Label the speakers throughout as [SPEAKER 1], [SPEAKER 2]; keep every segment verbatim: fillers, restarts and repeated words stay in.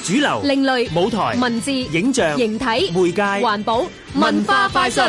[SPEAKER 1] 主流、
[SPEAKER 2] 另類、
[SPEAKER 1] 舞台、
[SPEAKER 2] 文字、
[SPEAKER 1] 影像、
[SPEAKER 2] 形體、
[SPEAKER 1] 媒介、
[SPEAKER 2] 環保、文化快訊。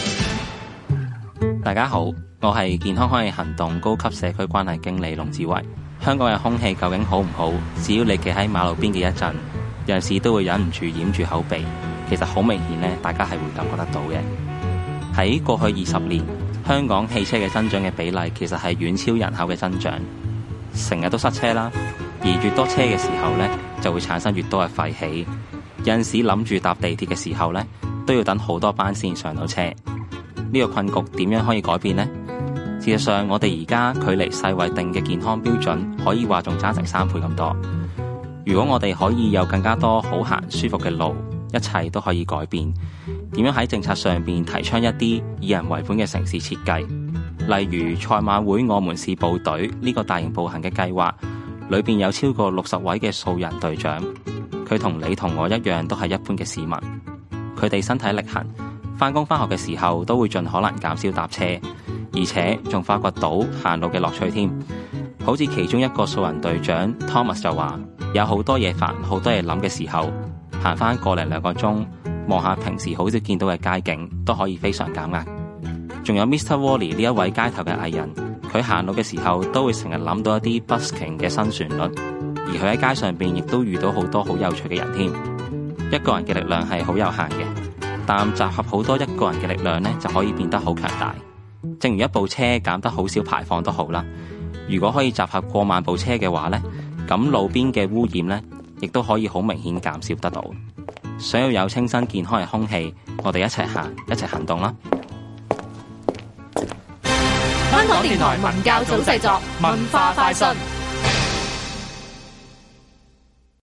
[SPEAKER 3] 大家好，我係健康康氣行動高級社區關係經理龍子維。香港嘅空氣究竟好唔好？只要你企喺馬路邊嘅一陣，有陣時都會忍唔住掩住口鼻。其實好明顯咧，大家係會感覺得到嘅。喺過去二十年，香港汽車嘅增長嘅比例其實係遠超人口嘅增長，成日都塞車啦。而越多車嘅時候呢，就會產生越多嘅廢氣。有陣時諗住搭地鐵嘅時候呢，都要等好多班先上到車。呢個困局點樣可以改變呢？事實上，我哋而家距離世衛定嘅健康標準，可以話仲差成三倍咁多。如果我哋可以有更加多好行舒服嘅路，一切都可以改變。點樣喺政策上邊提倡一啲以人為本嘅城市設計？例如賽馬會我們是部隊呢個大型步行嘅計劃。裏邊有超過六十位嘅素人隊長，佢同你同我一樣都係一般嘅市民。佢哋身體力行，返工返學嘅時候都會盡可能減少搭車，而且仲發掘到行路嘅樂趣添。好似其中一個素人隊長 Thomas 就話，有好多嘢煩，好多嘢諗嘅時候，行返個零兩個鐘，望下平時好少見到嘅街景，都可以非常減壓。仲有 Mister Wally 呢一位街頭嘅藝人。佢行路嘅時候都會成日諗到一啲 busking 嘅新旋律，而佢喺街上邊亦都遇到好多好有趣嘅人添。一個人嘅力量係好有限嘅，但集合好多一個人嘅力量呢，就可以變得好強大。正如一部車減得好少排放都好啦，如果可以集合過萬部車嘅話呢，咁路邊嘅污染呢，亦都可以好明顯減少得到。想要有清新健康嘅空氣，我哋一齊行，一齊行動啦！
[SPEAKER 2] 香港電台文教組製作，文化快訊。